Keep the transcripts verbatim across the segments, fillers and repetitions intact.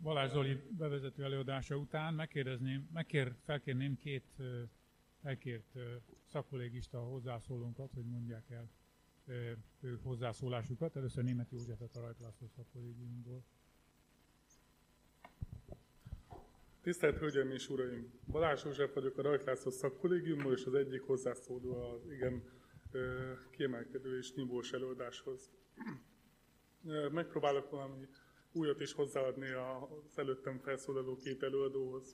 Balázs Zoli bevezető előadása után megkérdezném, megkér, felkérném két felkért szakkollégista hozzászólónkat, hogy mondják el ő hozzászólásukat. Először Németh Józsefet a Rajk László szakkollégiumból. Tisztelt Hölgyeim és Uraim! Balázs József vagyok a Rajk László szakkollégiumból, és az egyik hozzászóló az igen kiemelkedő és nyilvós előadáshoz. Megpróbálok valami újat is hozzáadni az előttem felszólaló két előadóhoz.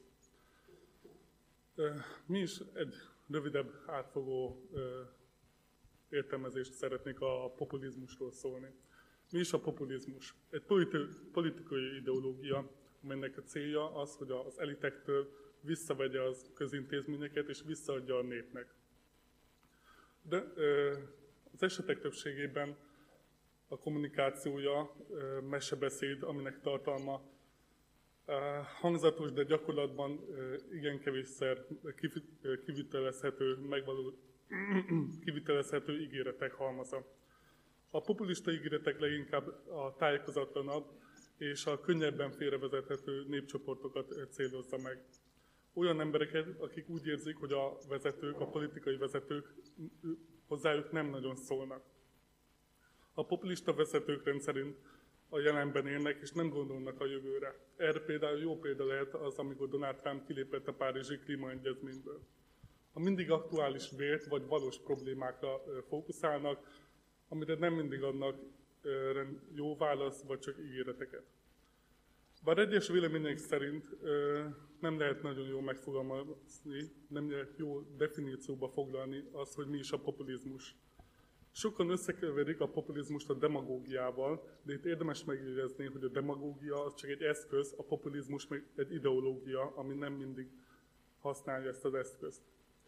Mi is egy rövidebb, átfogó értelmezést szeretnék a populizmusról szólni. Mi is a populizmus? Egy politi- politikai ideológia, amelynek a célja az, hogy az elitektől visszavegye az közintézményeket és visszaadja a népnek. De az esetek többségében a kommunikációja mesebeszéd, aminek tartalma hangzatos, de gyakorlatban igen kevésszer kivitelezhető, megvaló, kivitelezhető ígéretek halmaza. A populista ígéretek leginkább a tájékozatlanabb és a könnyebben félrevezethető népcsoportokat célozza meg. Olyan embereket, akik úgy érzik, hogy a vezetők, a politikai vezetők hozzájuk nem nagyon szólnak. A populista vezetők rendszerint a jelenben élnek, és nem gondolnak a jövőre. Erre például jó példa lehet az, amikor Donald Trump kilépett a Párizsi Klímaegyezményből. A mindig aktuális vélt vagy valós problémákra fókuszálnak, amire nem mindig adnak jó választ, vagy csak ígéreteket. Bár egyes vélemények szerint nem lehet nagyon jól megfogalmazni, nem lehet jó definícióba foglalni azt, hogy mi is a populizmus. Sokan összekeverik a populizmust a demagógiával, de itt érdemes megjegyezni, hogy a demagógia az csak egy eszköz, a populizmus meg egy ideológia, ami nem mindig használja ezt az eszközt.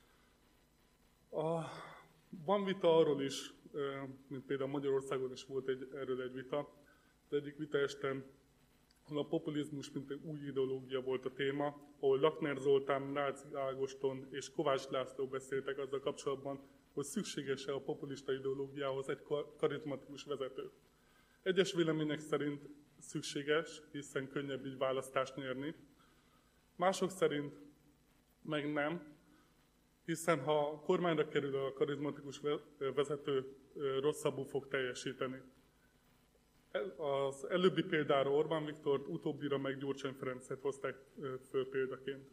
A, van vita arról is, mint például Magyarországon is volt egy, erről egy vita. Az egyik vita este a populizmus mint egy új ideológia volt a téma, ahol Lakner Zoltán, Náci Ágoston és Kovács László beszéltek azzal kapcsolatban, hogy szükséges-e a populista ideológiához egy karizmatikus vezető. Egyes vélemények szerint szükséges, hiszen könnyebb így választást nyerni. Mások szerint meg nem, hiszen ha a kormányra kerül a karizmatikus vezető, rosszabbul fog teljesíteni. Az előbbi példára Orbán Viktort, utóbbira meg Gyurcsány Ferencet hozták föl példaként.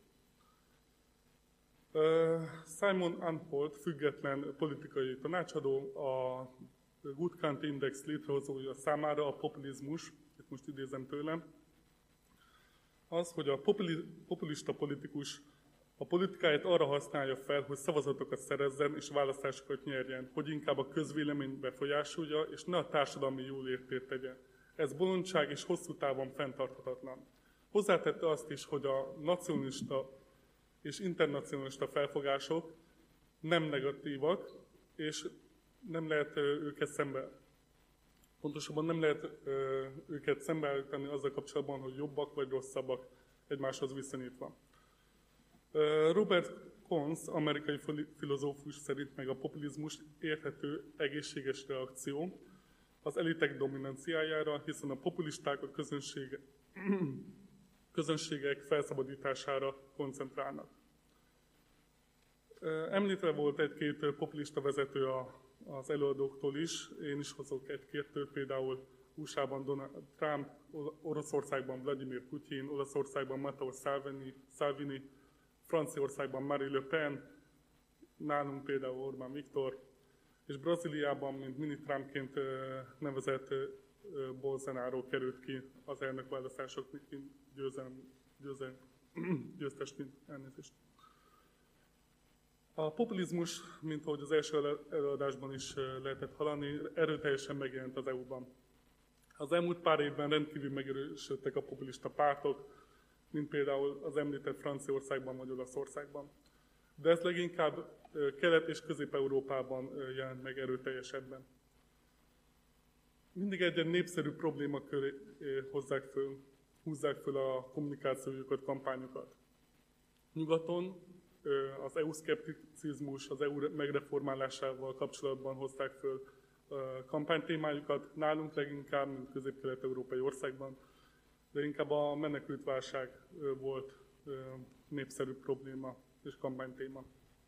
Simon Anholt, független politikai tanácsadó, a Good Country Index létrehozója számára a populizmus, itt most idézem tőlem, az, hogy a populista politikus a politikáját arra használja fel, hogy szavazatokat szerezzen és választásokat nyerjen, hogy inkább a közvéleményt befolyásolja, és ne a társadalmi jólétét tegye. Ez bolondság és hosszú távon fenntarthatatlan. Hozzátette azt is, hogy a nacionalista és internacionalista felfogások nem negatívak, és nem lehet őket szembe. Pontosabban nem lehet őket szembeállítani azzal kapcsolatban, hogy jobbak vagy rosszabbak egymáshoz viszonyítva. Robert Kohns, amerikai filozófus szerint meg a populizmus érthető, egészséges reakció az elitek dominanciájára, hiszen a populisták a közönség, közönségek felszabadítására koncentrálnak. Említve volt egy-két populista vezető az előadóktól is, én is hozok egy-két, például u es á-ban Donald Trump, Oroszországban Vladimir Putyin, Olaszországban Matteo Salvini, Salvini, Franciaországban Marine Le Pen, nálunk például Orbán Viktor, és Brazíliában, mint mini-Trumpként nevezett Bolsonaro került ki az elnökválasztások győzelem, győzelem, győztesként elnézést. A populizmus, mint ahogy az első előadásban is lehetett hallani, erőteljesen megjelent az é u-ban. Az elmúlt pár évben rendkívül megerősödtek a populista pártok, mint például az említett Franciaországban vagy Olaszországban. De ez leginkább Kelet- és Közép-Európában jelent meg erőteljesebben. Mindig egy népszerű probléma köré hozzák föl, húzzák föl a kommunikációjukat, kampányokat. Nyugaton az é u-szkepticizmus, az é u megreformálásával kapcsolatban hozták föl kampánytémájukat, nálunk leginkább, mint közép-kelet-európai országban, de inkább a menekültválság volt népszerű probléma és kampánytéma.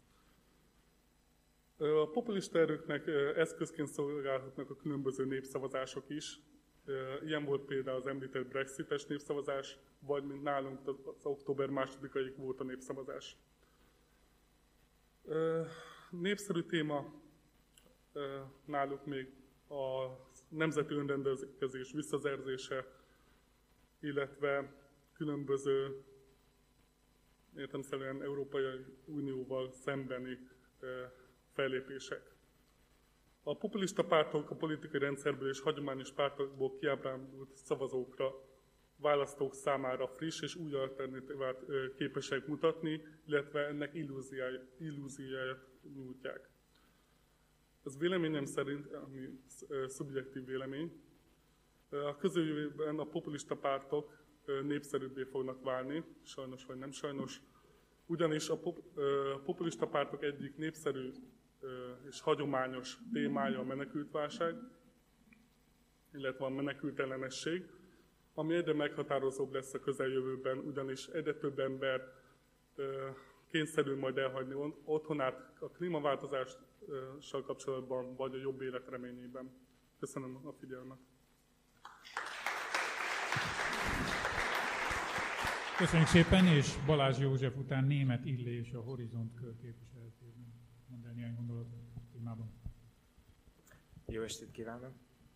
A populista erőknek eszközként szolgálhatnak a különböző népszavazások is. Ilyen volt például az említett Brexites népszavazás, vagy mint nálunk az október másodikaig volt a népszavazás. Népszerű téma náluk még a nemzeti önrendelkezés visszaszerzése, illetve különböző értelemszerűen Európai Unióval szembeni fellépések. A populista pártok a politikai rendszerből és hagyományos pártokból kiábrándult szavazókra, választók számára friss és új alternatívát képesek mutatni, illetve ennek illúziáját nyújtják. Ez véleményem szerint, ami szubjektív vélemény, a közeljövőben a populista pártok népszerűbbé fognak válni, sajnos vagy nem sajnos, ugyanis a populista pártok egyik népszerű és hagyományos témája a menekültválság, illetve a menekültellenesség, ami egyre meghatározóbb lesz a közeljövőben, ugyanis egyre több ember kényszerül majd elhagyni otthonát a klímaváltozással kapcsolatban, vagy a jobb élet reményében. Köszönöm a figyelmet. Köszönjük szépen, és Balázs József után Németh Illés a Horizont körképviseletében mond el néhány gondolatot a témában. Jó estét kívánok!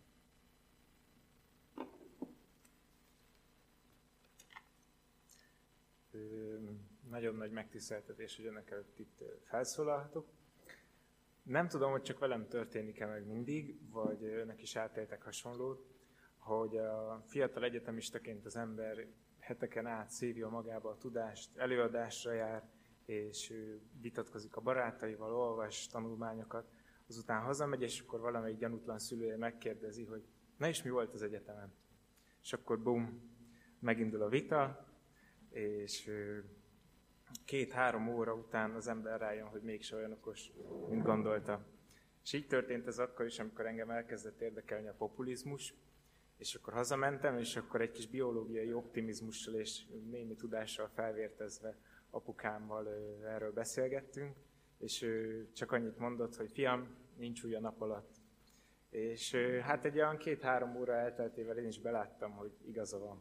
Nagyon nagy megtiszteltetés, hogy önök előtt itt felszólalhatok. Nem tudom, hogy csak velem történik-e meg mindig, vagy önök is átéltek hasonlót, hogy a fiatal egyetemistaként az ember heteken át szívja magába a tudást, előadásra jár, és vitatkozik a barátaival, olvas tanulmányokat, azután hazamegy, és akkor valamelyik gyanútlan szülője megkérdezi, hogy na és mi volt az egyetemen? És akkor bum, megindul a vita, és két-három óra után az ember rájön, hogy mégse olyan okos, mint gondolta. És így történt ez akkor is, amikor engem elkezdett érdekelni a populizmus, és akkor hazamentem, és akkor egy kis biológiai optimizmussal és némi tudással felvértezve apukámmal erről beszélgettünk, és csak annyit mondott, hogy fiam, nincs új a nap alatt. És hát egy olyan két-három óra elteltével én is beláttam, hogy igaza van.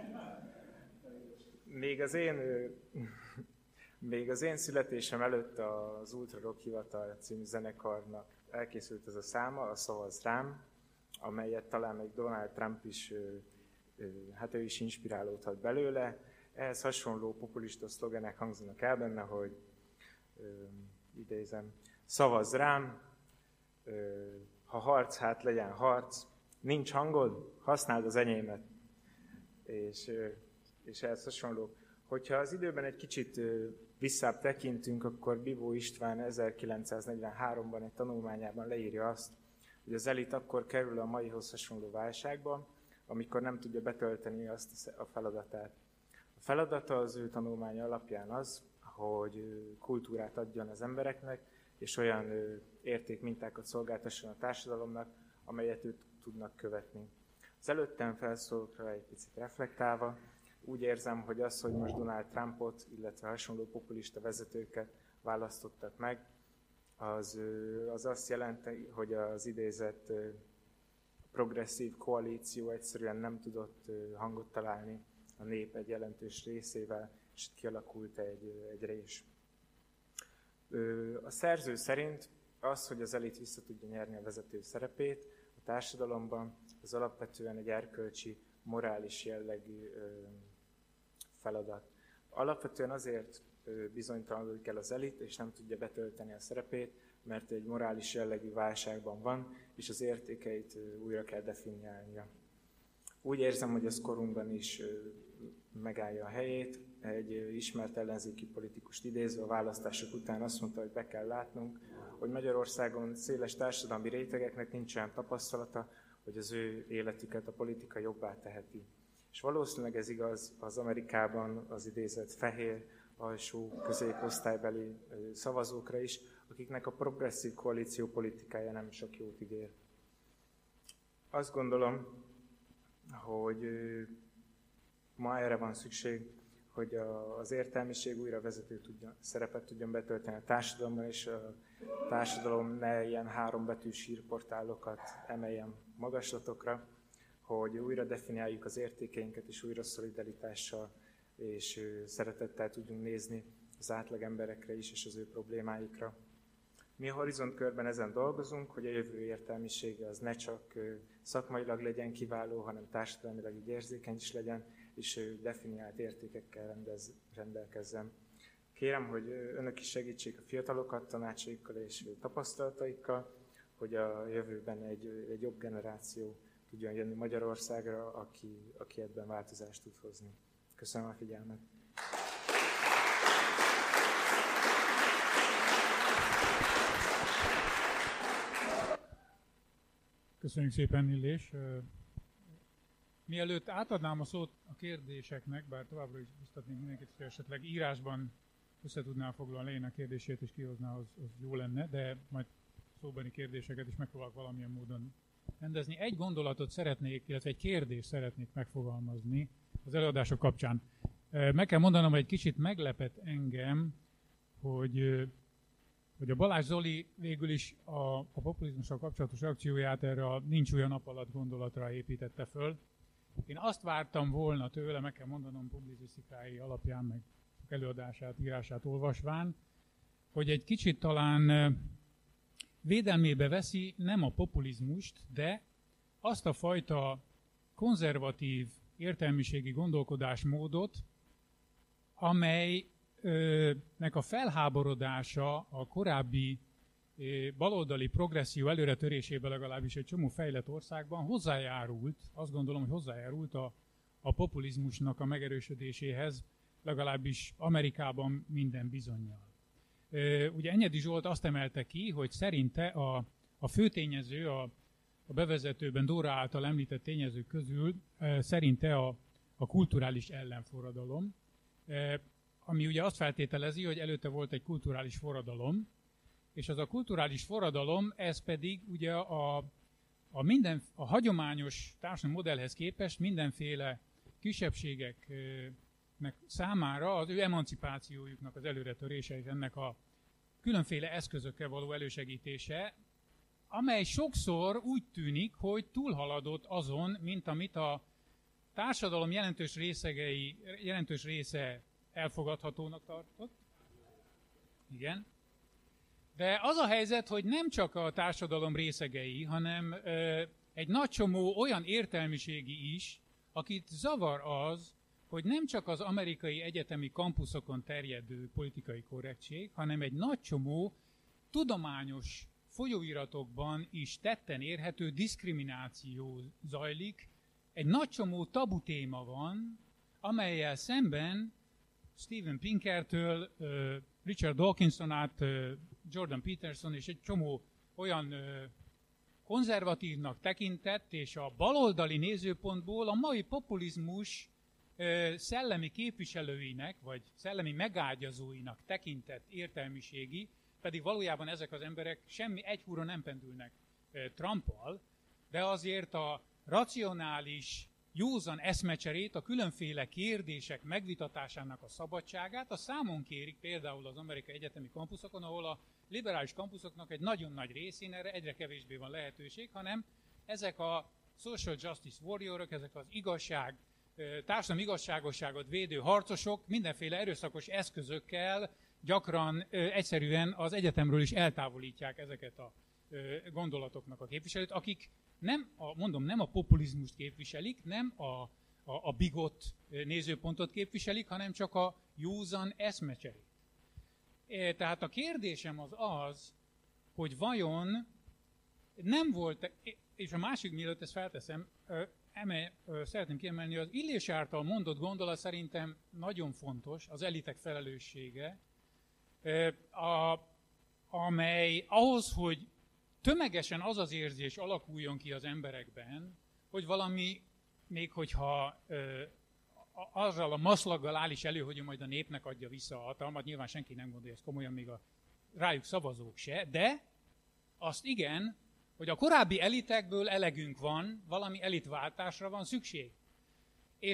Még az én, még az én születésem előtt az Ultra Rock Hivatal című zenekarnak elkészült ez a száma, a Szavazz rám, amelyet talán még Donald Trump is, hát ő is inspirálódhat belőle. Ehhez hasonló populista szlogenek hangzanak el benne, hogy idézem, szavazz rám, ha harc, hát legyen harc, nincs hangod, használd az enyémet. És, és ehhez hasonló. Hogyha az időben egy kicsit visszább tekintünk, akkor Bibó István ezerkilencszáznegyvenháromban egy tanulmányában leírja azt, hogy az elit akkor kerül a maihoz hasonló válságban, amikor nem tudja betölteni azt a feladatát. A feladata az ő tanulmánya alapján az, hogy kultúrát adjon az embereknek, és olyan értékmintákat szolgáltasson a társadalomnak, amelyet ők tudnak követni. Az előttem felszólókra egy picit reflektálva, úgy érzem, hogy az, hogy most Donald Trumpot, illetve hasonló populista vezetőket választottak meg, az, az azt jelenti, hogy az idézett progresszív koalíció egyszerűen nem tudott hangot találni a nép egy jelentős részével, és kialakult egy, egy rés. A szerző szerint az, hogy az elit vissza tudja nyerni a vezető szerepét a társadalomban, az alapvetően egy erkölcsi, morális jellegű feladat. Alapvetően azért bizonytalanodik el az elit, és nem tudja betölteni a szerepét, mert egy morális jellegű válságban van, és az értékeit újra kell definiálnia. Úgy érzem, hogy ez korunkban is megállja a helyét. Egy ismert ellenzéki politikust idézve a választások után azt mondta, hogy be kell látnunk, hogy Magyarországon széles társadalmi rétegeknek nincs olyan tapasztalata, hogy az ő életüket a politika jobbá teheti. És valószínűleg ez igaz az Amerikában az idézett fehér, alsó középosztálybeli szavazókra is, akiknek a progresszív koalíció politikája nem sok jót ígér. Azt gondolom, hogy ma erre van szükség, hogy a, az értelmiség újra vezető tudja, szerepet tudjon betölteni a társadalomban, és a társadalom ne ilyen hárombetűs hírportálokat emeljen magaslatokra, hogy újra definiáljuk az értékeinket, és újra szolidaritással és szeretettel tudjunk nézni az átlag emberekre is, és az ő problémáikra. Mi a Horizont Körben ezen dolgozunk, hogy a jövő értelmisége az ne csak szakmailag legyen kiváló, hanem társadalmilag így érzékeny is legyen, és definiált értékekkel rendez, rendelkezzen. Kérem, hogy önök is segítsék a fiatalokat tanácsaikkal és tapasztalataikkal, hogy a jövőben egy, egy jobb generáció tudjon jönni Magyarországra, aki, aki ebben változást tud hozni. Köszönöm a figyelmet! Köszönjük szépen, Illés. Mielőtt átadnám a szót a kérdéseknek, bár továbbra is biztatnék mindenkit, hogy esetleg írásban össze tudná foglalni én a kérdését és kihozná, az, az jó lenne, de majd szóbeli kérdéseket is megpróbálok valamilyen módon rendezni. Egy gondolatot szeretnék, illetve egy kérdést szeretnék megfogalmazni az előadások kapcsán. Meg kell mondanom, hogy egy kicsit meglepett engem, hogy, hogy a Balázs Zoli végül is a, a populizmussal kapcsolatos akcióját erre a nincs olyan nap alatt gondolatra építette föl. Én azt vártam volna tőle, meg kell mondanom publicisztikái alapján, meg előadását, írását olvasván, hogy egy kicsit talán védelmébe veszi nem a populizmust, de azt a fajta konzervatív értelmiségi gondolkodásmódot, amelynek a felháborodása a korábbi baloldali progresszió előretörésében legalábbis egy csomó fejlett országban hozzájárult, azt gondolom, hogy hozzájárult a, a populizmusnak a megerősödéséhez, legalábbis Amerikában minden bizonnyal. Ugye Enyedi Zsolt azt emelte ki, hogy szerinte a, a fő tényező, a, a bevezetőben Dóra által említett tényezők közül szerinte a, a kulturális ellenforradalom, ami ugye azt feltételezi, hogy előtte volt egy kulturális forradalom, és az a kulturális forradalom, ez pedig ugye a, a, minden, a hagyományos társadalmi modellhez képest mindenféle kisebbségeknek számára az ő emancipációjuknak az előretörése és ennek a különféle eszközökkel való elősegítése, amely sokszor úgy tűnik, hogy túlhaladott azon, mint amit a társadalom jelentős részegei, jelentős része elfogadhatónak tartott. Igen. De az a helyzet, hogy nem csak a társadalom részegei, hanem ö, egy nagy csomó olyan értelmiségi is, akit zavar az, hogy nem csak az amerikai egyetemi kampuszokon terjedő politikai korrektség, hanem egy nagy csomó tudományos folyóiratokban is tetten érhető diszkrimináció zajlik. Egy nagy csomó tabu téma van, amellyel szemben Steven Pinkertől, Richard Dawkinson át Jordan Peterson és egy csomó olyan konzervatívnak tekintett, és a baloldali nézőpontból a mai populizmus szellemi képviselőinek, vagy szellemi megágyazóinak tekintett értelmiségi, pedig valójában ezek az emberek semmi egyhúron nem pendülnek Trumpal, de azért a racionális, józan eszmecserét, a különféle kérdések megvitatásának a szabadságát, a számon kérik például az amerikai egyetemi kampuszokon, ahol a liberális kampuszoknak egy nagyon nagy részén erre egyre kevésbé van lehetőség, hanem ezek a social justice warriorok, ezek az igazság, társadalmi igazságosságot védő harcosok mindenféle erőszakos eszközökkel gyakran egyszerűen az egyetemről is eltávolítják ezeket a gondolatoknak a képviselőt, akik nem a, mondom, nem a populizmust képviselik, nem a, a, a bigott nézőpontot képviselik, hanem csak a józan eszmecserét. Tehát a kérdésem az az, hogy vajon nem volt, és a másik, mielőtt ezt felteszem, eme, szeretném kiemelni, az Illés által mondott gondolat szerintem nagyon fontos, az elitek felelőssége, a, amely ahhoz, hogy tömegesen az az érzés alakuljon ki az emberekben, hogy valami, még hogyha ö, azzal a maszlaggal áll is elő, hogy majd a népnek adja vissza a hatalmat, nyilván senki nem gondolja ezt komolyan, még a rájuk szavazók se, de azt igen, hogy a korábbi elitekből elegünk van, valami elitváltásra van szükség. És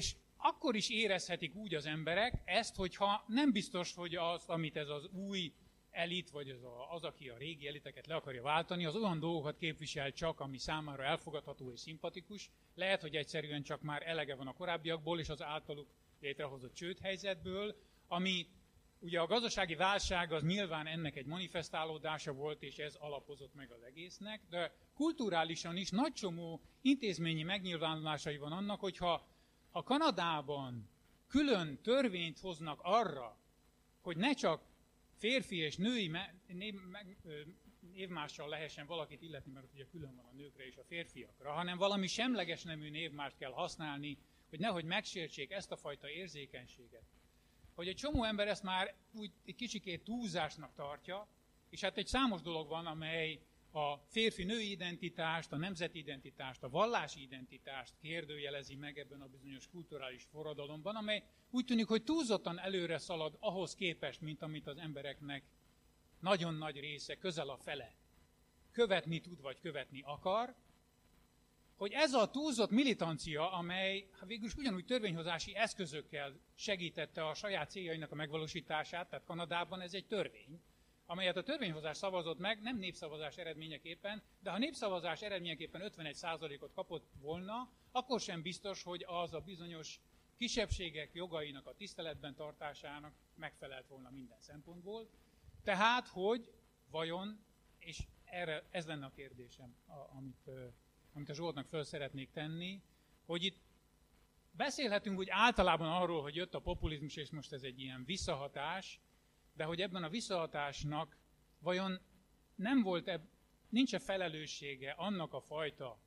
akkor is érezhetik úgy az emberek ezt, hogyha nem biztos, hogy az, amit ez az új elit, vagy az, a, az, aki a régi eliteket le akarja váltani, az olyan dolgokat képvisel csak, ami számára elfogadható és szimpatikus. Lehet, hogy egyszerűen csak már elege van a korábbiakból és az általuk létrehozott csődhelyzetből, ami ugye a gazdasági válság az nyilván ennek egy manifestálódása volt, és ez alapozott meg az egésznek, de kulturálisan is nagy csomó intézményi megnyilvánulásai van annak, hogyha ha Kanadában külön törvényt hoznak arra, hogy ne csak férfi és női név, meg, névmással lehessen valakit illetni, mert ugye külön van a nőkre és a férfiakra, hanem valami semleges nemű névmást kell használni, hogy nehogy megsértsék ezt a fajta érzékenységet. Hogy egy csomó ember ezt már úgy egy kicsikét túlzásnak tartja, és hát egy számos dolog van, amely a férfi-női identitást, a nemzeti identitást, a vallási identitást kérdőjelezi meg ebben a bizonyos kulturális forradalomban, amely úgy tűnik, hogy túlzottan előre szalad ahhoz képest, mint amit az embereknek nagyon nagy része, közel a fele követni tud, vagy követni akar, hogy ez a túlzott militancia, amely hát végül is ugyanúgy törvényhozási eszközökkel segítette a saját céljainak a megvalósítását, tehát Kanadában ez egy törvény, amelyet a törvényhozás szavazott meg, nem népszavazás eredményeképpen, de ha népszavazás eredményeképpen ötvenegy százalékot kapott volna, akkor sem biztos, hogy az a bizonyos kisebbségek jogainak a tiszteletben tartásának megfelelt volna minden szempontból. Tehát, hogy vajon, és erre ez lenne a kérdésem, a, amit, amit a Zsoltnak föl szeretnék tenni, hogy itt beszélhetünk úgy általában arról, hogy jött a populizmus, és most ez egy ilyen visszahatás, de hogy ebben a visszahatásnak vajon nem volt ebb, nincs-e felelőssége annak a fajta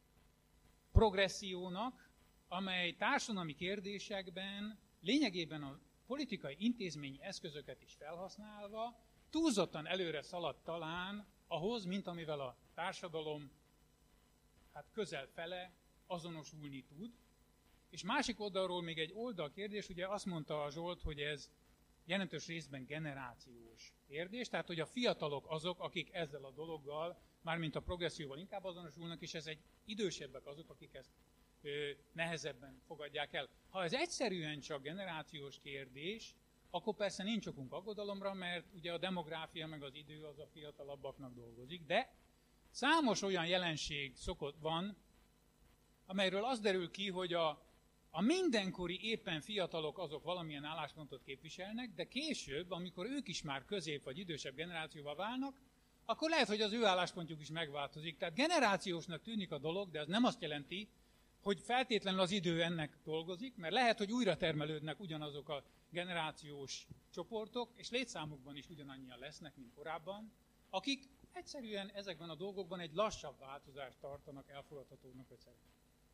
progressziónak, amely társadalmi kérdésekben lényegében a politikai intézményi eszközöket is felhasználva túlzottan előre szaladt talán ahhoz, mint amivel a társadalom hát közel fele azonosulni tud. És másik oldalról még egy oldalkérdés, ugye azt mondta a Zsolt, hogy ez jelentős részben generációs kérdés, tehát hogy a fiatalok azok, akik ezzel a dologgal, mármint a progresszióval inkább azonosulnak, és ez egy idősebbek azok, akik ezt ö, nehezebben fogadják el. Ha ez egyszerűen csak generációs kérdés, akkor persze nincs okunk aggodalomra, mert ugye a demográfia meg az idő az a fiatalabbaknak dolgozik, de számos olyan jelenség szokott van, amelyről az derül ki, hogy a A mindenkori éppen fiatalok azok valamilyen álláspontot képviselnek, de később, amikor ők is már közép vagy idősebb generációval válnak, akkor lehet, hogy az ő álláspontjuk is megváltozik. Tehát generációsnak tűnik a dolog, de ez nem azt jelenti, hogy feltétlenül az idő ennek dolgozik, mert lehet, hogy újra termelődnek ugyanazok a generációs csoportok, és létszámukban is ugyanannyian lesznek, mint korábban, akik egyszerűen ezekben a dolgokban egy lassabb változást tartanak elfogadhatónak, vagy szeretnek.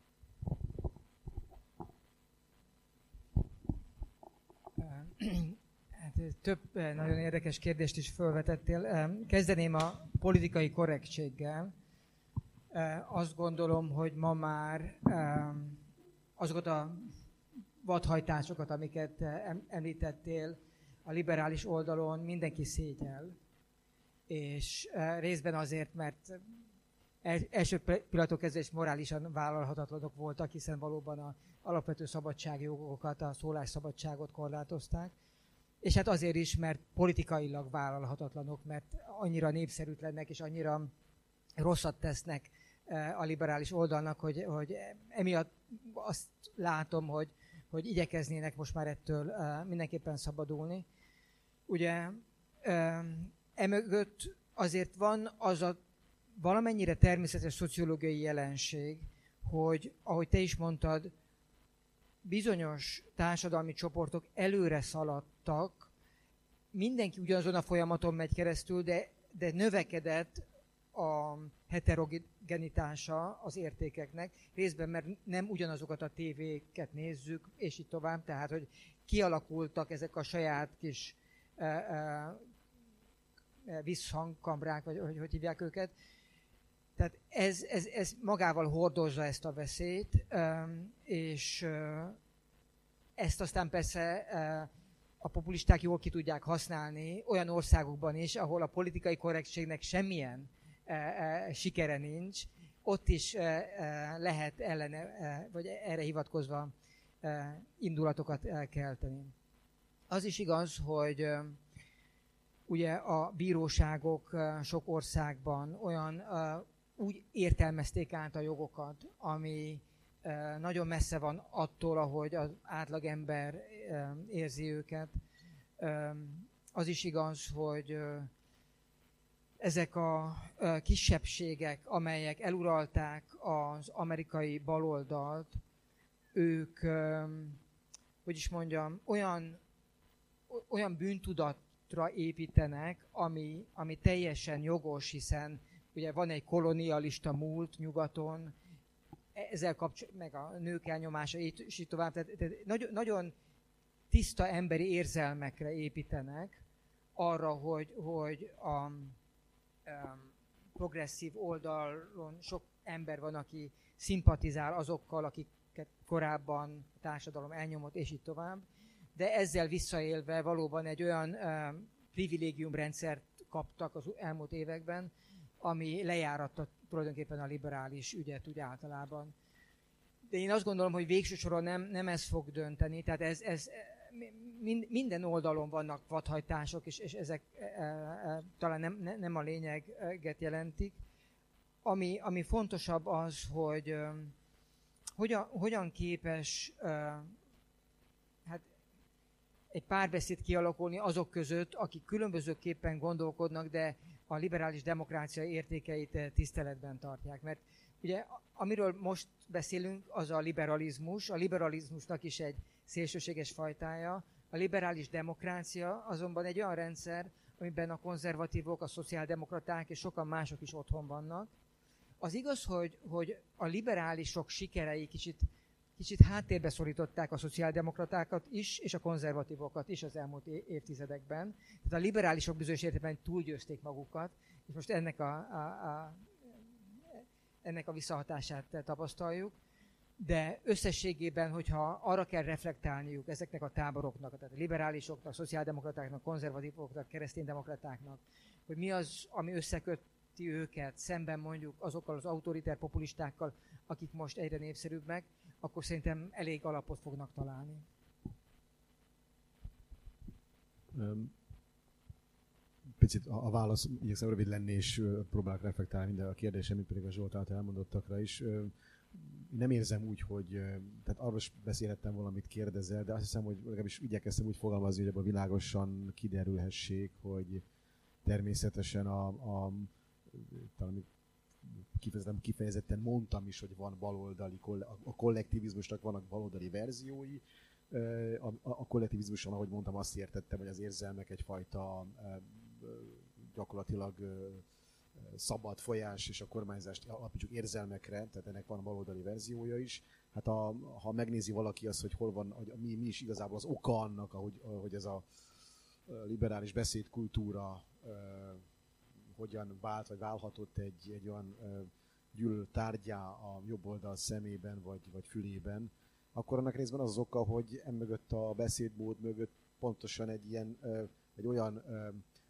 Hát, több nagyon érdekes kérdést is felvetettél. Kezdeném a politikai korrektséggel. Azt gondolom, hogy ma már azokat a vadhajtásokat, amiket említettél a liberális oldalon, mindenki szégyel. És részben azért, mert első pillanattól kezdve is morálisan vállalhatatlanok voltak, hiszen valóban az alapvető szabadságjogokat, a szólásszabadságot korlátozták. És hát azért is, mert politikailag vállalhatatlanok, mert annyira népszerűtlennek és annyira rosszat tesznek a liberális oldalnak, hogy, hogy emiatt azt látom, hogy, hogy igyekeznének most már ettől mindenképpen szabadulni. Ugye emögött azért van az a valamennyire természetes szociológiai jelenség, hogy, ahogy te is mondtad, bizonyos társadalmi csoportok előre szaladtak, mindenki ugyanazon a folyamaton megy keresztül, de, de növekedett a heterogenitása az értékeknek, részben mert nem ugyanazokat a tévéket nézzük, és így tovább, tehát hogy kialakultak ezek a saját kis e, e, visszhangkamrák, vagy hogy, hogy hívják őket. Tehát ez, ez, ez magával hordozza ezt a veszélyt, és ezt aztán persze a populisták jól ki tudják használni olyan országokban is, ahol a politikai korrektségnek semmilyen sikere nincs, ott is lehet ellene, vagy erre hivatkozva indulatokat elkelteni. Az is igaz, hogy ugye a bíróságok sok országban olyan úgy értelmezték át a jogokat, ami nagyon messze van attól, ahogy az átlagember érzi őket. Az is igaz, hogy ezek a kisebbségek, amelyek eluralták az amerikai baloldalt, ők, hogy is mondjam, olyan, olyan bűntudatra építenek, ami, ami teljesen jogos, hiszen ugye van egy kolonialista múlt nyugaton, ezzel kapcsolatban, meg a nők elnyomása, és így tovább. Tehát, tehát nagyon, nagyon tiszta emberi érzelmekre építenek arra, hogy, hogy a, a progresszív oldalon sok ember van, aki szimpatizál azokkal, akiket korábban a társadalom elnyomott, és így tovább. De ezzel visszaélve valóban egy olyan uh, privilégiumrendszert kaptak az elmúlt években, ami lejáratta tulajdonképpen a liberális ügyet úgy általában. De én azt gondolom, hogy végső soron nem, nem ez fog dönteni, tehát ez, ez minden oldalon vannak vadhajtások, és, és ezek e, e, talán nem, ne, nem a lényeget jelentik. Ami, ami fontosabb az, hogy e, hogyan, hogyan képes e, hát egy párbeszéd kialakulni azok között, akik különbözőképpen gondolkodnak, de a liberális demokrácia értékeit tiszteletben tartják. Mert ugye amiről most beszélünk, az a liberalizmus. A liberalizmusnak is egy szélsőséges fajtája. A liberális demokrácia azonban egy olyan rendszer, amiben a konzervatívok, a szociáldemokraták és sokan mások is otthon vannak. Az igaz, hogy, hogy a liberálisok sikerei kicsit, kicsit háttérbe szorították a szociáldemokratákat is, és a konzervatívokat is az elmúlt évtizedekben. Tehát a liberálisok bizonyos értelemben túlgyőzték magukat, és most ennek a, a, a, ennek a visszahatását tapasztaljuk. De összességében, hogyha arra kell reflektálniuk ezeknek a táboroknak, tehát a liberálisoknak, a szociáldemokratáknak, a konzervatívoknak, a kereszténydemokratáknak, hogy mi az, ami összeköti őket szemben mondjuk azokkal az autoritár populistákkal, akik most egyre népszerűbbek, akkor szerintem elég alapot fognak találni. Picit a válasz igyekszem rövid lenni, és próbálok reflektálni minden a kérdésem, mint pedig a Zsolt által elmondottakra is. Nem érzem úgy, hogy, tehát arról is beszélhettem valamit kérdezel, de azt hiszem, hogy legalábbis igyekeztem úgy fogalmazni, hogy ebből világosan kiderülhessék, hogy természetesen a, a talán kifejezetten, kifejezetten mondtam is, hogy van baloldali, a kollektivizmusnak vannak baloldali verziói. A, a kollektivizmuson, ahogy mondtam, azt értettem, hogy az érzelmek egyfajta gyakorlatilag szabad folyás és a kormányzást alapítsuk érzelmekre, tehát ennek van baloldali verziója is. Hát a, ha megnézi valaki azt, hogy hol van, hogy mi, mi is igazából az oka annak, ahogy, ahogy ez a liberális beszédkultúra uh, hogyan vált, vagy válhatott egy, egy olyan uh, gyűlölet tárgyá a jobb oldal szemében, vagy, vagy fülében, akkor annak részben az az oka, hogy emögött a beszédmód mögött pontosan egy ilyen, uh, egy olyan uh,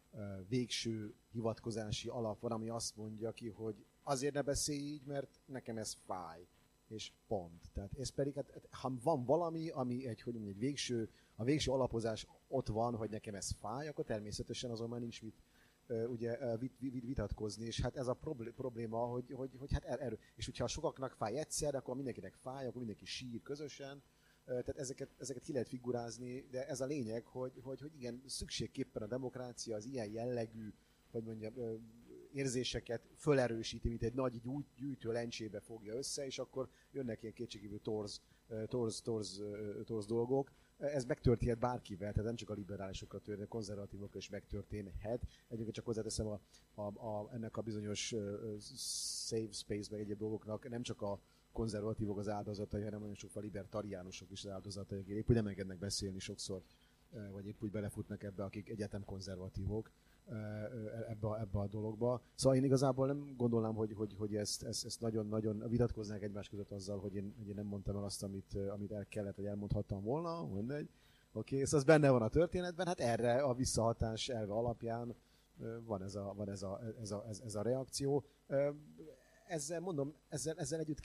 végső hivatkozási alap van, ami azt mondja ki, hogy azért ne beszélj így, mert nekem ez fáj, és pont. Tehát ez pedig, hát, ha van valami, ami egy, hogy mondjam, egy végső, a végső alapozás ott van, hogy nekem ez fáj, akkor természetesen azon már nincs mit uh, ugye, vit, vit, vitatkozni, és hát ez a probléma, hogy, hogy, hogy hát erő. És hogyha sokaknak fáj egyszer, akkor mindenkinek fáj, akkor mindenki sír közösen. Tehát ezeket, ezeket ki lehet figurázni, de ez a lényeg, hogy, hogy, hogy igen, szükségképpen a demokrácia az ilyen jellegű, hogy mondjam, érzéseket fölerősíti, mint egy nagy gyűjtő lencsébe fogja össze, és akkor jönnek ilyen kétségkívül torz, torz, torz, torz dolgok. Ez megtörténhet bárkivel, tehát nem csak a liberálisokkal történhet, a konzervatívokkal is megtörténhet. Egyébként csak hozzáteszem a, a, a, ennek a bizonyos uh, safe space meg egyéb dolgoknak, nem csak a konzervatívok az áldozatai, hanem nagyon sokkal libertariánusok is az áldozatai, akik épp úgy nem engednek beszélni sokszor, vagy épp úgy belefutnak ebbe, akik egyetem konzervatívok ebbe a, ebbe a dologba. Szóval én igazából nem gondolnám, hogy, hogy, hogy ezt, ezt, ezt nagyon-nagyon vitatkoznánk egymás között azzal, hogy én, hogy én nem mondtam el azt, amit, amit el kellett, vagy elmondhattam volna, mindegy. Oké, okay, szóval ez benne van a történetben, hát erre a visszahatás elve alapján van ez a, van ez a, ez a, ez, ez a reakció. Ezzel mondom, ezzel, ezzel együtt kell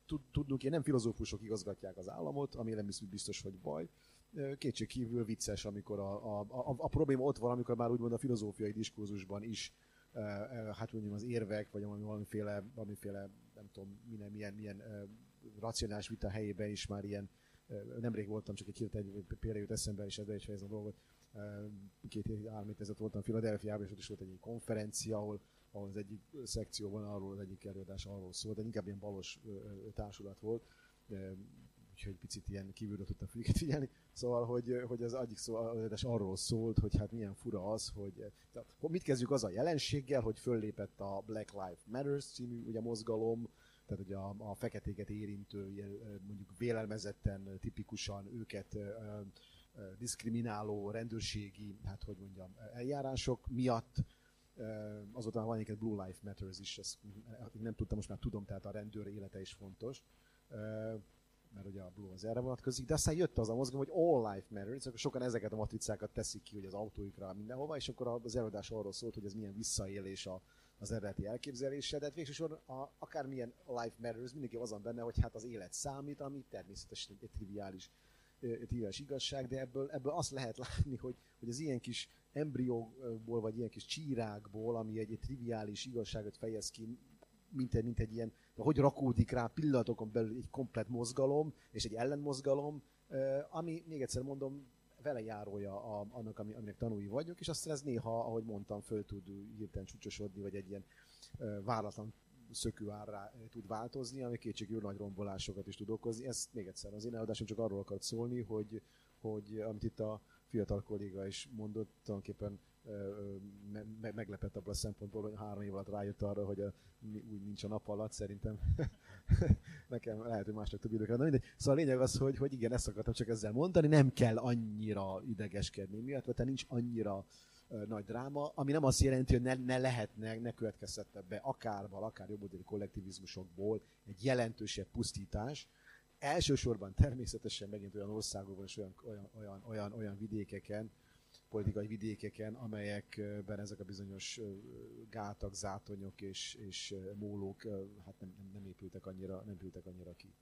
tudnunk, én nem filozófusok igazgatják az államot, ami nem biztos, hogy baj. Kétség kívül vicces, amikor a, a, a, a probléma ott van, amikor már úgymond a filozófiai diskurzusban is, hát mondjam, az érvek, vagy valamiféle, valamiféle nem tudom, milyen, milyen, milyen racionális vita helyében is már ilyen, nemrég voltam, csak egy hirtelen példa jut eszembe, és ebben is fejezem a dolgot. Két három ezelőtt voltam Philadelphiában, és ott is volt egy konferencia, ahol, ahol az egyik szekcióban arról, az egyik előadás arról szólt, de inkább ilyen balos társulat volt, úgyhogy picit ilyen kívülről tudtam őket figyelni. Szóval, hogy, hogy az egyik szó az arról szólt, hogy hát milyen fura az, hogy tehát, mit kezdjük az a jelenséggel, hogy föllépett a Black Lives Matter című ugye, mozgalom, tehát ugye a, a feketéket érintő, mondjuk vélelmezetten, tipikusan őket diszkrimináló rendőrségi, hát hogy mondjam, eljárások miatt. Azután van egy Blue Lives Matters is, ezt nem tudtam, most már tudom, tehát a rendőr élete is fontos, mert ugye a Blue az erre vonatkozik, de aztán jött az a mozgalom, hogy All Life Matters, akkor sokan ezeket a matricákat teszik ki, hogy az autóikra mindenhova, és akkor az előadás arról szólt, hogy ez milyen visszaélés a, az eredeti elképzelése, de hát végsősorban akármilyen Life Matters, mindenki azon benne, hogy hát az élet számít, ami természetesen egy triviális triviális igazság, de ebből, ebből azt lehet látni, hogy, hogy az ilyen kis embrióból, vagy ilyen kis csírákból, ami egy, egy triviális igazságot fejez ki, mint egy, mint egy ilyen, hogy rakódik rá pillanatokon belül egy komplett mozgalom, és egy ellenmozgalom, ami, még egyszer mondom, vele járója a, annak, aminek tanúi vagyunk, és aztán ez néha, ahogy mondtam, föl tud hirtelen csúcsosodni, vagy egy ilyen váratlan szökőárrá tud változni, ami kétségkívül nagy rombolásokat is tud okozni. Ezt még egyszer, az én eladásom csak arról akart szólni, hogy, hogy amit itt a fiatal kolléga is mondott, tulajdonképpen me- meglepett abban a szempontból, hogy három év alatt rájött arra, hogy a, úgy nincs a nap alatt, szerintem nekem lehet, hogy másnak több időkre. Na mindegy. Szóval a lényeg az, hogy, hogy igen, ezt akartam csak ezzel mondani, nem kell annyira idegeskedni miatt, vagy nincs annyira uh, nagy dráma, ami nem azt jelenti, hogy ne, ne lehetne, ne következhetne be akárval, akár jobboldali kollektivizmusokból egy jelentősebb pusztítás. Elsősorban természetesen megint olyan országokban és olyan, olyan, olyan, olyan, olyan vidékeken, politikai vidékeken, amelyekben ezek a bizonyos gátak, zátonyok és, és mólók hát nem, nem, nem, épültek annyira, nem épültek annyira ki.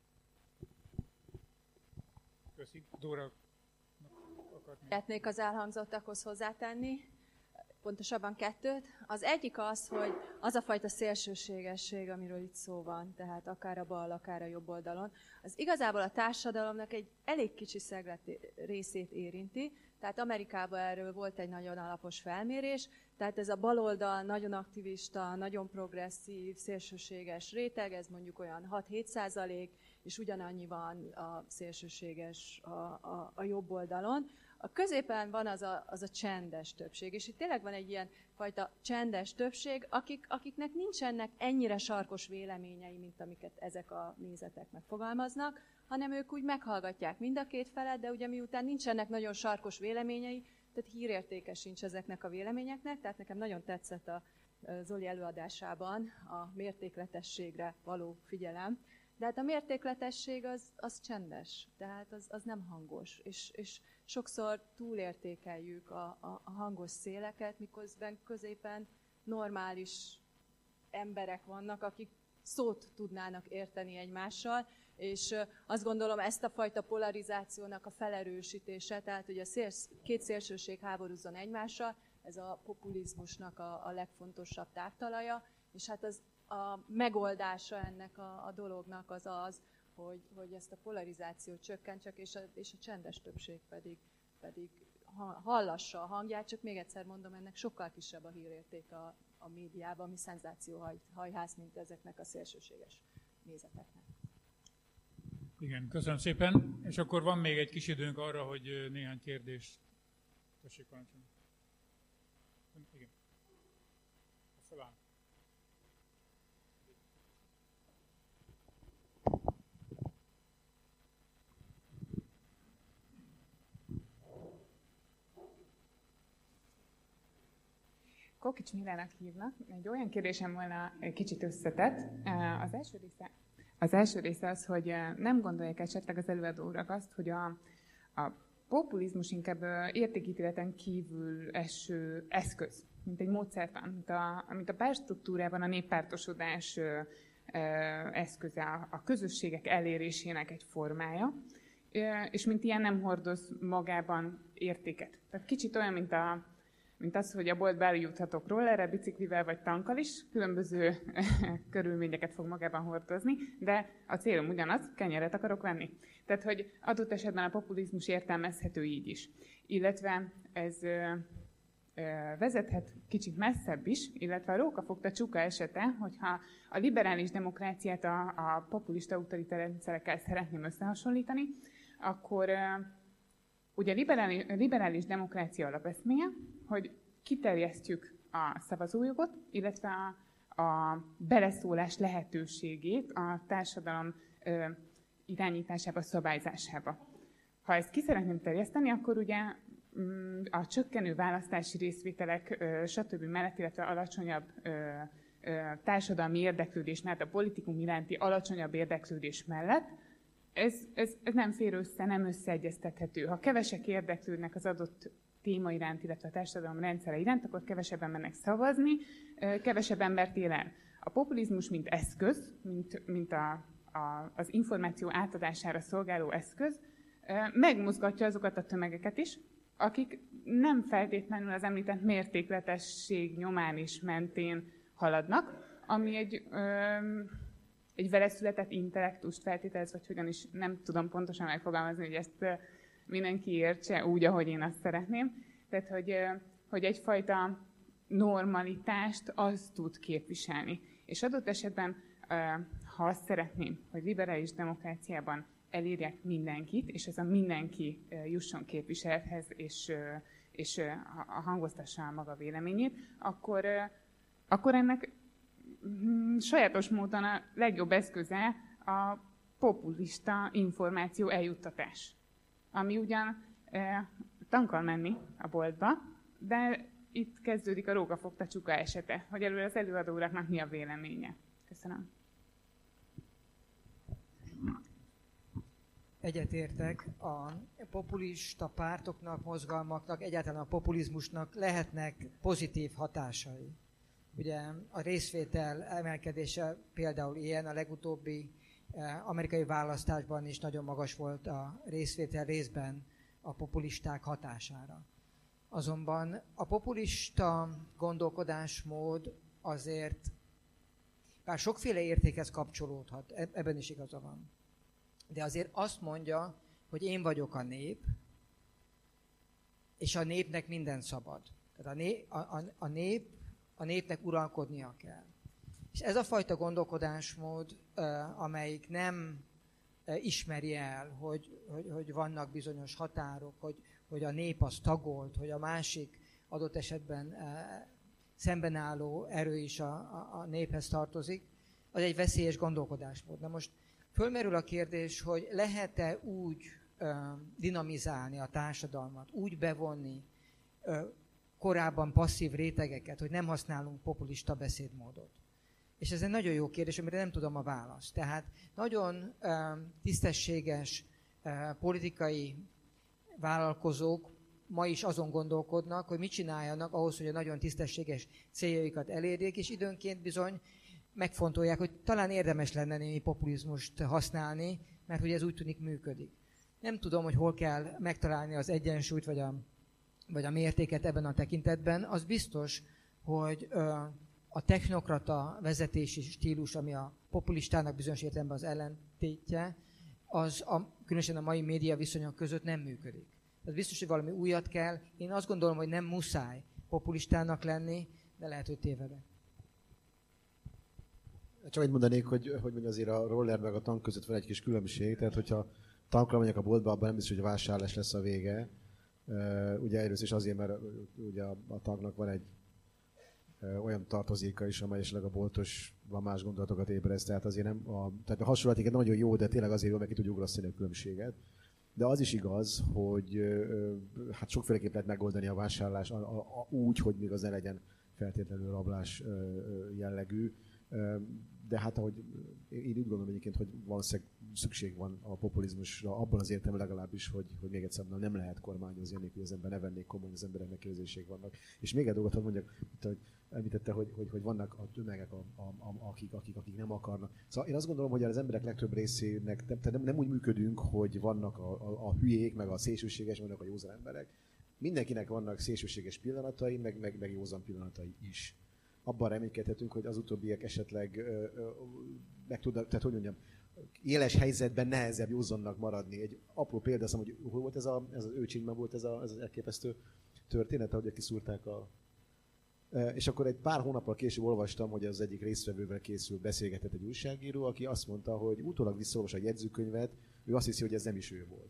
Köszi. Dóra. Szeretnék az elhangzottakhoz hozzátenni, pontosabban kettőt. Az egyik az, hogy az a fajta szélsőségesség, amiről itt szó van, tehát akár a bal, akár a jobb oldalon, az igazából a társadalomnak egy elég kicsi szeglet részét érinti. Tehát Amerikában erről volt egy nagyon alapos felmérés, tehát ez a baloldal nagyon aktivista, nagyon progresszív, szélsőséges réteg, ez mondjuk olyan hat-hét százalék, és ugyanannyi van a szélsőséges a, a, a jobb oldalon. A középen van az a, az a csendes többség, és itt tényleg van egy ilyen fajta csendes többség, akik, akiknek nincsenek ennyire sarkos véleményei, mint amiket ezek a nézetek megfogalmaznak, hanem ők úgy meghallgatják mind a két felet, de ugye miután nincsenek nagyon sarkos véleményei, tehát hírértéke sincs ezeknek a véleményeknek, tehát nekem nagyon tetszett a Zoli előadásában a mértékletességre való figyelem. De hát a mértékletesség az, az csendes, tehát az, az nem hangos, és, és sokszor túlértékeljük a, a, a hangos széleket, miközben középen normális emberek vannak, akik szót tudnának érteni egymással, és azt gondolom, ezt a fajta polarizációnak a felerősítése, tehát hogy a szélsz, két szélsőség háborúzzon egymással, ez a populizmusnak a, a legfontosabb táptalaja, és hát az a megoldása ennek a, a dolognak az az, hogy, hogy ezt a polarizációt csökkentsek, és a, és a csendes többség pedig, pedig hallassa a hangját, csak még egyszer mondom, ennek sokkal kisebb a hírérték a, a médiában, ami szenzációhajház, mint ezeknek a szélsőséges nézeteknek. Igen, köszönöm szépen. És akkor van még egy kis időnk arra, hogy néhány kérdést... Tessék, parancsolni. Igen. Feláll. Kokics Milának hívnak. Egy olyan kérdésem volna, kicsit összetett. Az első része az, első része az, hogy nem gondolják esetleg az előadórak azt, hogy a, a populizmus inkább értékítéleten kívül eső eszköz, mint egy módszertan, mint a, mint a pártstruktúrában a néppártosodás eszköze, a közösségek elérésének egy formája, és mint ilyen nem hordoz magában értéket. Tehát kicsit olyan, mint, a, mint az, hogy a boltba eljuthatok rollerre, biciklivel vagy tankkal is, különböző körülményeket fog magában hordozni, de a célom ugyanaz, kenyeret akarok venni. Tehát, hogy adott esetben a populizmus értelmezhető így is. Illetve ez vezethet kicsit messzebb is, illetve a rókafogta csuka esete, hogyha a liberális demokráciát a, a populista autoriter rendszerekkel szeretném összehasonlítani, akkor ugye a liberális, liberális demokrácia alapeszméje, hogy kiterjesztjük a szavazójogot, illetve a, a beleszólás lehetőségét a társadalom ö, irányításába, szabályzásába. Ha ezt ki szeretném terjeszteni, akkor ugye a csökkenő választási részvételek, stb. Mellett, illetve alacsonyabb társadalmi érdeklődés mellett, a politikum iránti alacsonyabb érdeklődés mellett, ez, ez, ez nem fér össze, nem összeegyeztethető. Ha kevesek érdeklődnek az adott téma iránt, illetve a társadalom rendszere iránt, akkor kevesebben mennek szavazni, kevesebb embert él el. A populizmus, mint eszköz, mint, mint a, a, az információ átadására szolgáló eszköz, megmozgatja azokat a tömegeket is, akik nem feltétlenül az említett mértékletesség nyomán is mentén haladnak, ami egy, ö, egy veleszületett intellektust feltételez, vagy hogyan is nem tudom pontosan megfogalmazni, hogy ezt mindenki értse úgy, ahogy én azt szeretném. Tehát, hogy, hogy egyfajta normalitást az tud képviselni. És adott esetben, ha azt szeretném, hogy liberális demokráciában elérjek mindenkit, és ez a mindenki jusson képviselethez, és, és hangoztassa maga véleményét, akkor, akkor ennek sajátos módon a legjobb eszköze a populista információ eljuttatás. Ami ugyan tankkal menni a boltba, de itt kezdődik a rókafogta csuka esete, hogy előre az előadó uraknak mi a véleménye. Köszönöm. Egyetértek, a populista pártoknak, mozgalmaknak, egyáltalán a populizmusnak lehetnek pozitív hatásai. Ugye a részvétel emelkedése például ilyen, a legutóbbi amerikai választásban is nagyon magas volt a részvétel részben a populisták hatására. Azonban a populista gondolkodásmód azért, bár sokféle értékhez kapcsolódhat, ebben is igaza van. De azért azt mondja, hogy én vagyok a nép, és a népnek minden szabad. Tehát a nép, a, a, a nép, a népnek uralkodnia kell. És ez a fajta gondolkodásmód, amelyik nem ismeri el, hogy, hogy, hogy vannak bizonyos határok, hogy, hogy a nép az tagolt, hogy a másik adott esetben szemben álló erő is a, a, a néphez tartozik, az egy veszélyes gondolkodásmód. Na most fölmerül a kérdés, hogy lehet-e úgy ö, dinamizálni a társadalmat, úgy bevonni ö, korábban passzív rétegeket, hogy nem használunk populista beszédmódot. És ez egy nagyon jó kérdés, amire nem tudom a választ. Tehát nagyon ö, tisztességes ö, politikai vállalkozók ma is azon gondolkodnak, hogy mit csináljanak ahhoz, hogy a nagyon tisztességes céljaikat elérjék, és időnként bizony megfontolják, hogy talán érdemes lenne némi populizmust használni, mert hogy ez úgy tűnik működik. Nem tudom, hogy hol kell megtalálni az egyensúlyt, vagy a, vagy a mértéket ebben a tekintetben. Az biztos, hogy ö, a technokrata vezetési stílus, ami a populistának bizonyos értelemben az ellentétje, az a, különösen a mai média viszonyok között nem működik. Ez biztos, hogy valami újat kell. Én azt gondolom, hogy nem muszáj populistának lenni, de lehet, hogy tévedek. Csak egy mondanék, hogy, hogy azért a roller meg a tank között van egy kis különbség, tehát hogyha tankra megyek a boltba, abban nem biztos, hogy vásárlás lesz a vége. Uh, ugye először is azért, mert ugye a, a tanknak van egy uh, olyan tartozéka is, amely esetleg a boltosban más gondolatokat ébreszt, tehát azért nem, a, tehát a hasonlatéket nem nagyon jó, de tényleg azért jó, meg ki tudjuk ugrasztani a különbséget. De az is igaz, hogy uh, hát sokféleképp lehet megoldani a vásárlás a, a, a, úgy, hogy még az ne legyen feltétlenül rablás uh, jellegű. de hát ahogy én úgy gondolom egyébként, hogy valószínűleg szükség van a populizmusra, abban az értelemben legalábbis, hogy, hogy még egyszer nem lehet kormányozni, annélkül, hogy az ember ne vennék komolyan, az embereknek érzéseik vannak. És még egy dolgot hadd mondjak, hogy említette, hogy, hogy, hogy vannak a tömegek, a, a, a, akik, akik, akik nem akarnak. Szóval én azt gondolom, hogy az emberek legtöbb részének nem, nem, nem úgy működünk, hogy vannak a, a, a hülyék, meg a szélsőséges, vannak a józan emberek. Mindenkinek vannak szélsőséges pillanatai, meg, meg, meg józan pillanatai is. Abban reménykedhetünk, hogy az utóbbiak esetleg ö, ö, meg tud, tehát hogy mondjam, éles helyzetben nehezebb józannak maradni. Egy apró példa, azt mondom, hogy hol volt ez, a, ez az őcségben volt ez, a, ez az elképesztő történet, ahogy kiszúrták a... És akkor egy pár hónappal később olvastam, hogy az egyik résztvevővel készült, beszélgetett egy újságíró, aki azt mondta, hogy utólag visszaolvas a jegyzőkönyvet, ő azt hiszi, hogy ez nem is ő volt.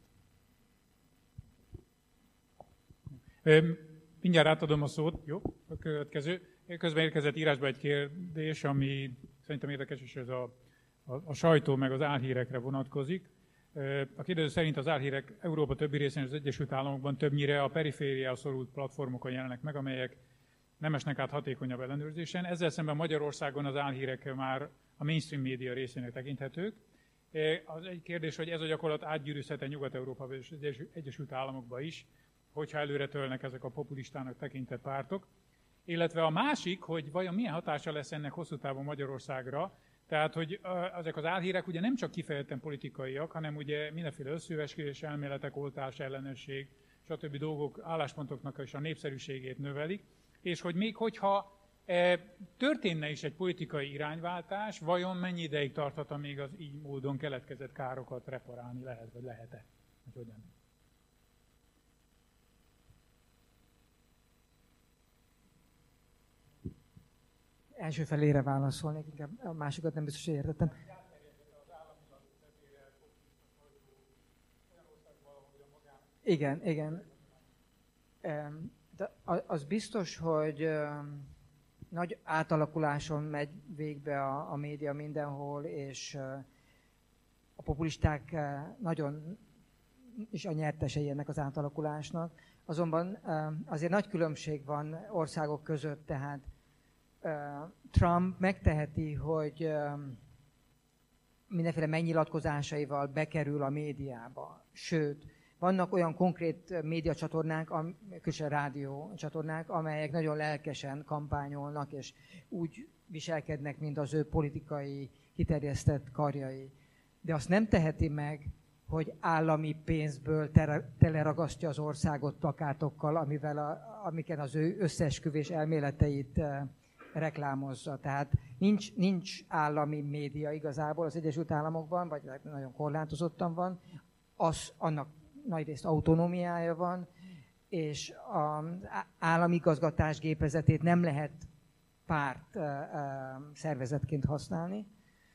Mindjárt átadom a szót. Jó, a következő. Közben érkezett írásba egy kérdés, ami szerintem érdekes, és ez a, a, a sajtó meg az álhírekre vonatkozik. A kérdező szerint az álhírek Európa többi részén és az Egyesült Államokban többnyire a perifériához szorult platformokon jelennek meg, amelyek nem esnek át hatékonyabb ellenőrzésen. Ezzel szemben Magyarországon az álhírek már a mainstream média részének tekinthetők. Az egy kérdés, hogy ez a gyakorlat átgyűrűzhet-e Nyugat-Európába és az Egyesült Államokba is, hogyha előre tölnek ezek a populistának tekintett pártok. Illetve a másik, hogy vajon milyen hatása lesz ennek hosszú távon Magyarországra, tehát, hogy ezek az álhírek ugye nem csak kifejezetten politikaiak, hanem ugye mindenféle összeesküvés elméletek, oltás, ellenesség, stb. Dolgok, álláspontoknak is a népszerűségét növelik, és hogy még hogyha e, történne is egy politikai irányváltás, vajon mennyi ideig tarthat, amíg az így módon keletkezett károkat reparálni lehet, vagy lehet-e? Hogy hogyan? Első felére válaszolnék, inkább a másikat nem biztos, hogy értettem. Igen, igen. De az biztos, hogy nagy átalakuláson megy végbe a, a média mindenhol, és a populisták nagyon is a nyertesei ennek az átalakulásnak. Azonban azért nagy különbség van országok között, tehát Trump megteheti, hogy mindenféle megnyilatkozásaival bekerül a médiába. Sőt, vannak olyan konkrét médiacsatornák, különösen rádiócsatornák, amelyek nagyon lelkesen kampányolnak, és úgy viselkednek, mint az ő politikai kiterjesztett karjai. De azt nem teheti meg, hogy állami pénzből teleragasztja az országot plakátokkal, amivel a, amiken az ő összeesküvés elméleteit reklámozza. Tehát nincs, nincs állami média igazából az Egyesült Államokban, vagy nagyon korlátozottan van, az, annak nagyrészt autonómiája van, és az állami igazgatás gépezetét nem lehet párt szervezetként használni.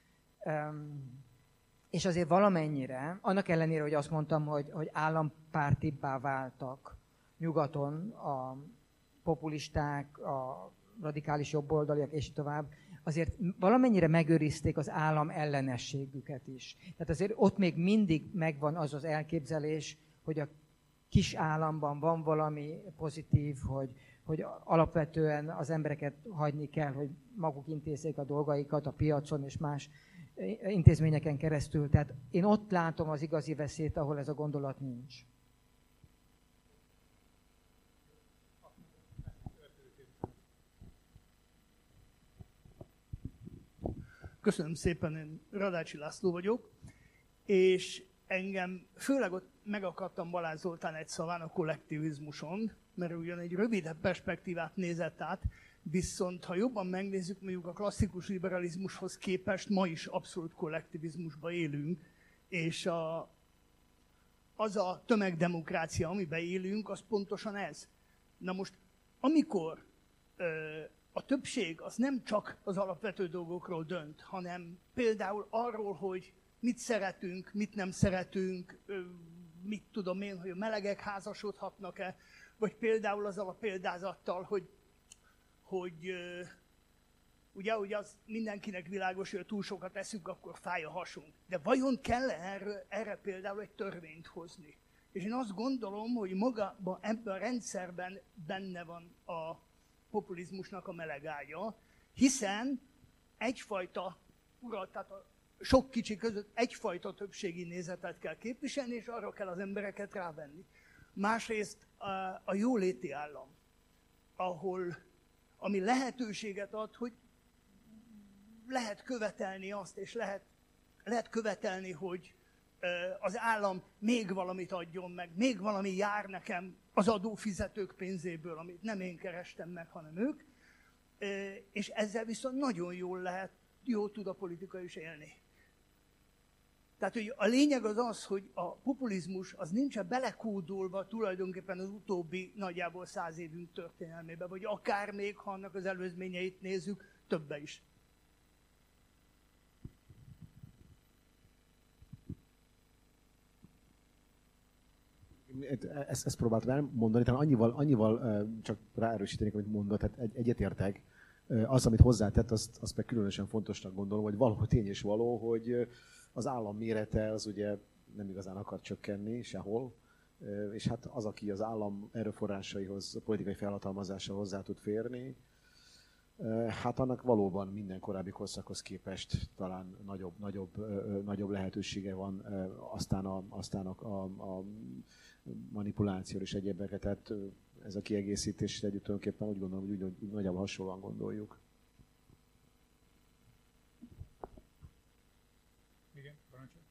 És azért valamennyire, annak ellenére, hogy azt mondtam, hogy, hogy állampártibbá váltak nyugaton a populisták, a radikális jobboldaliak, és tovább, azért valamennyire megőrizték az állam ellenességüket is. Tehát azért ott még mindig megvan az az elképzelés, hogy a kis államban van valami pozitív, hogy, hogy alapvetően az embereket hagyni kell, hogy maguk intézzék a dolgaikat a piacon és más intézményeken keresztül. Tehát én ott látom az igazi veszélyt, ahol ez a gondolat nincs. Köszönöm szépen, én Radácsi László vagyok, és engem főleg ott megakadtam Balázs Zoltán egy szaván, a kollektivizmuson, mert ugyan egy rövidebb perspektívát nézett át, viszont ha jobban megnézzük, mondjuk a klasszikus liberalizmushoz képest ma is abszolút kollektivizmusban élünk, és a, az a tömegdemokrácia, amiben élünk, az pontosan ez. Na most, amikor ö, a többség az nem csak az alapvető dolgokról dönt, hanem például arról, hogy mit szeretünk, mit nem szeretünk, mit tudom én, hogy a melegek házasodhatnak-e, vagy például azzal a példázattal, hogy, hogy ugye, ugye az mindenkinek világos, hogy túl sokat eszünk, akkor fáj a hasunk. De vajon kell erre, erre például egy törvényt hozni? És én azt gondolom, hogy magában ebben a rendszerben benne van a populizmusnak a melegágya, hiszen egyfajta urat, tehát a sok kicsi között egyfajta többségi nézetet kell képviselni, és arra kell az embereket rávenni. Másrészt a, a jóléti állam, ahol, ami lehetőséget ad, hogy lehet követelni azt, és lehet, lehet követelni, hogy az állam még valamit adjon meg, még valami jár nekem az adófizetők pénzéből, amit nem én kerestem meg, hanem ők, és ezzel viszont nagyon jól lehet, jól tud a politika is élni. Tehát, hogy a lényeg az az, hogy a populizmus az nincsen belekódolva tulajdonképpen az utóbbi nagyjából száz évünk történelmébe, vagy akár még, ha annak az előzményeit nézzük, többe is. Ezt, ezt próbáltam elmondani, talán annyival, annyival csak ráerősítenék, amit mondott, tehát egy, egyetértek. Az, amit hozzátett, azt, azt meg különösen fontosnak gondolom, hogy valahol tény és való, hogy az állam mérete az ugye nem igazán akar csökkenni sehol, és hát az, aki az állam erőforrásaihoz, a politikai felhatalmazással hozzá tud férni, hát annak valóban minden korábbi korszakhoz képest talán nagyobb, nagyobb, nagyobb lehetősége van aztán a, aztán a, a, a manipuláció és egyébeket. Tehát ez a kiegészítés együtt tulajdonképpen úgy gondolom, hogy úgy, úgy nagyjából hasonlóan gondoljuk. Igen, parancsolj.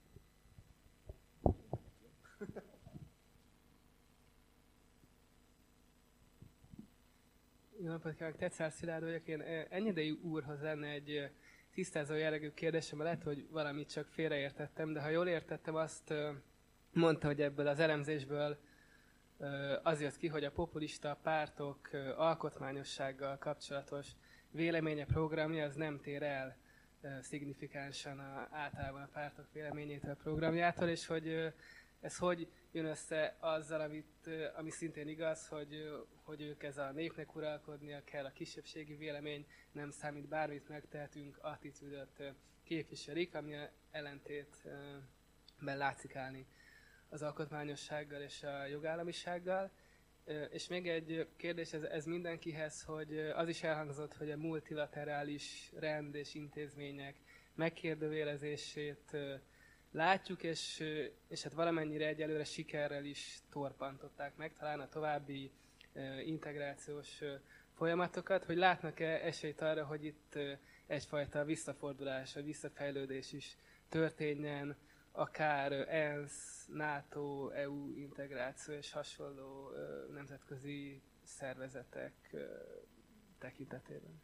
Jó napot kívánok, Tetszár Szilárd vagyok. Én Ennyedei úrhoz lenne egy tisztázó jellegű kérdésem, lehet, hogy valamit csak félreértettem, de ha jól értettem, azt mondta, hogy ebből az elemzésből az jött ki, hogy a populista pártok alkotmányossággal kapcsolatos véleménye, programja az nem tér el szignifikánsan a, általában a pártok véleményétől, programjától, és hogy ez hogy jön össze azzal, amit, ami szintén igaz, hogy, hogy ők ez a népnek uralkodnia kell, a kisebbségi vélemény nem számít, bármit megtehetünk, attitűdöt képviselik, ami ellentétben látszik állni az alkotmányossággal és a jogállamisággal. És még egy kérdés, ez, ez mindenkihez, hogy az is elhangzott, hogy a multilaterális rend és intézmények megkérdőjelezését látjuk, és, és hát valamennyire egyelőre sikerrel is torpantották meg, talán a további integrációs folyamatokat, hogy látnak-e esélyt arra, hogy itt egyfajta visszafordulás, vagy visszafejlődés is történjen, akár ENSZ, NATO, é u integráció és hasonló nemzetközi szervezetek tekintetében.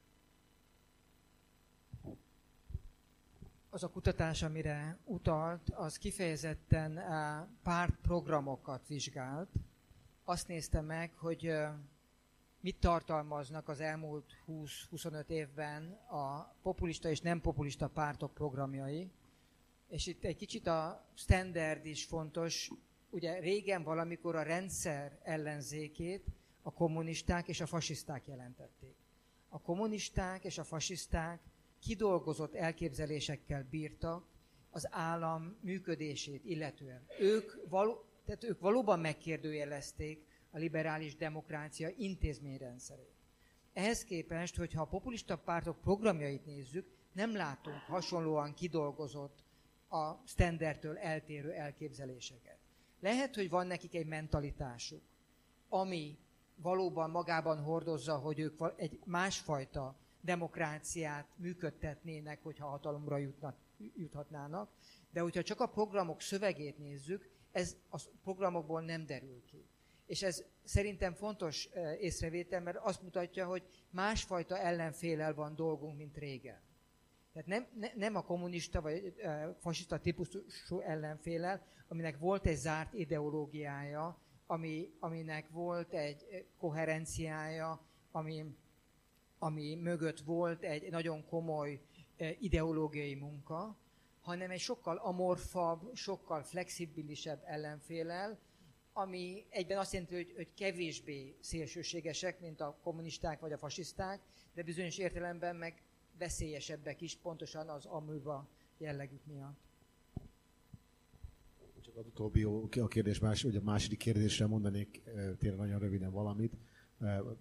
Az a kutatás, amire utalt, az kifejezetten pártprogramokat vizsgált. Azt nézte meg, hogy mit tartalmaznak az elmúlt húsz-huszonöt évben a populista és nem populista pártok programjai. És itt egy kicsit a standard is fontos. Ugye régen valamikor a rendszer ellenzékét a kommunisták és a fasiszták jelentették. A kommunisták és a fasiszták kidolgozott elképzelésekkel bírtak az állam működését illetően. Ők, való, tehát ők valóban megkérdőjelezték a liberális demokrácia intézményrendszerét. Ehhez képest, hogyha a populista pártok programjait nézzük, nem látunk hasonlóan kidolgozott a standardtől eltérő elképzeléseket. Lehet, hogy van nekik egy mentalitásuk, ami valóban magában hordozza, hogy ők egy másfajta demokráciát működtetnének, hogyha hatalomra jutnak, juthatnának, de hogyha csak a programok szövegét nézzük, ez a programokból nem derül ki. És ez szerintem fontos észrevétel, mert azt mutatja, hogy másfajta ellenféllel van dolgunk, mint régen. Tehát nem, ne, nem a kommunista vagy e, fasiszta típusú ellenféllel, aminek volt egy zárt ideológiája, ami, aminek volt egy koherenciája, ami, ami mögött volt egy nagyon komoly e, ideológiai munka, hanem egy sokkal amorfabb, sokkal flexibilisebb ellenféllel, ami egyben azt jelenti, hogy, hogy kevésbé szélsőségesek, mint a kommunisták vagy a fasiszták, de bizonyos értelemben meg veszélyesebbek is, pontosan az amöba jellegük miatt. Csak az utóbbi a kérdés, más, ugye a második kérdésre mondanék tényleg nagyon röviden valamit.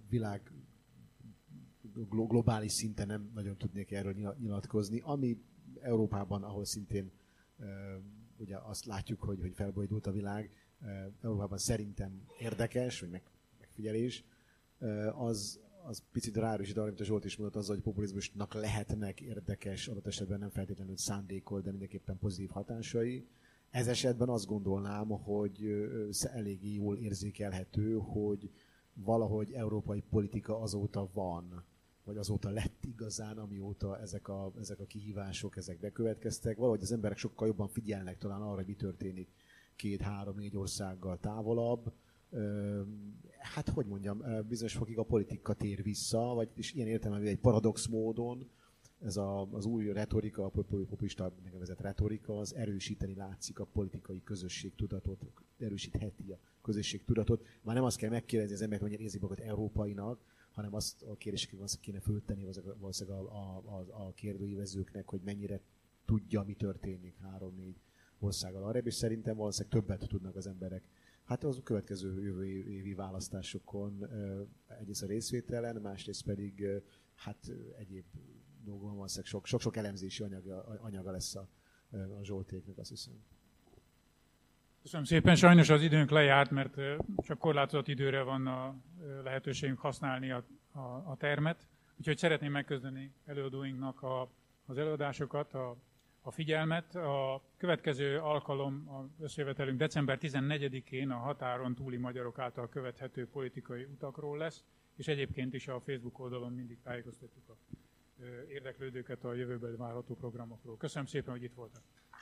Világ globális szinten nem nagyon tudnék erről nyilatkozni. Ami Európában, ahol szintén ugye azt látjuk, hogy, hogy felbojdult a világ, Európában szerintem érdekes, vagy megfigyelés, az, az picit ráerősít arra, amit a Zsolt is mondott, azzal, hogy populizmusnak lehetnek érdekes, adott esetben nem feltétlenül szándékol, de mindenképpen pozitív hatásai. Ez esetben azt gondolnám, hogy eléggé jól érzékelhető, hogy valahogy európai politika azóta van, vagy azóta lett igazán, amióta ezek a, ezek a kihívások, ezek bekövetkeztek. Valahogy az emberek sokkal jobban figyelnek talán arra, hogy mi történik két, három, négy országgal távolabb. Hát, hogy mondjam, bizonyos fokig a politika tér vissza, vagy és ilyen értelemben egy paradox módon ez a, az új retorika, a populista nevezett retorika, az erősíteni látszik a politikai közösségtudatot, erősítheti a közösségtudatot. Már nem azt kell megkérdezni az emberek, hogy mennyire érzik magukat európainak, hanem azt a kérdéseket kéne föltenni valószínűleg a, a, a, a kérdőívezőknek, hogy mennyire tudja, mi történik három-négy országgal arrébb, és szerintem valószínűleg többet tudnak az emberek. Hát az a következő jövő évi választásokon egyrészt a részvételen, másrészt pedig hát egyéb dolgokon valószínűleg sok-sok elemzési anyaga, anyaga lesz a, a Zsoltéknek, azt hiszem. Köszönöm szépen, sajnos az időnk lejárt, mert csak korlátozott időre van a lehetőségünk használni a, a, a termet. Úgyhogy szeretném megköszönni előadóinknak a, az előadásokat, a, a figyelmet. A következő alkalom, a összejövetelünk december tizennegyedikén a határon túli magyarok által követhető politikai utakról lesz, és egyébként is a Facebook oldalon mindig tájékoztatjuk a érdeklődőket a jövőbeli várható programokról. Köszönöm szépen, hogy itt voltak.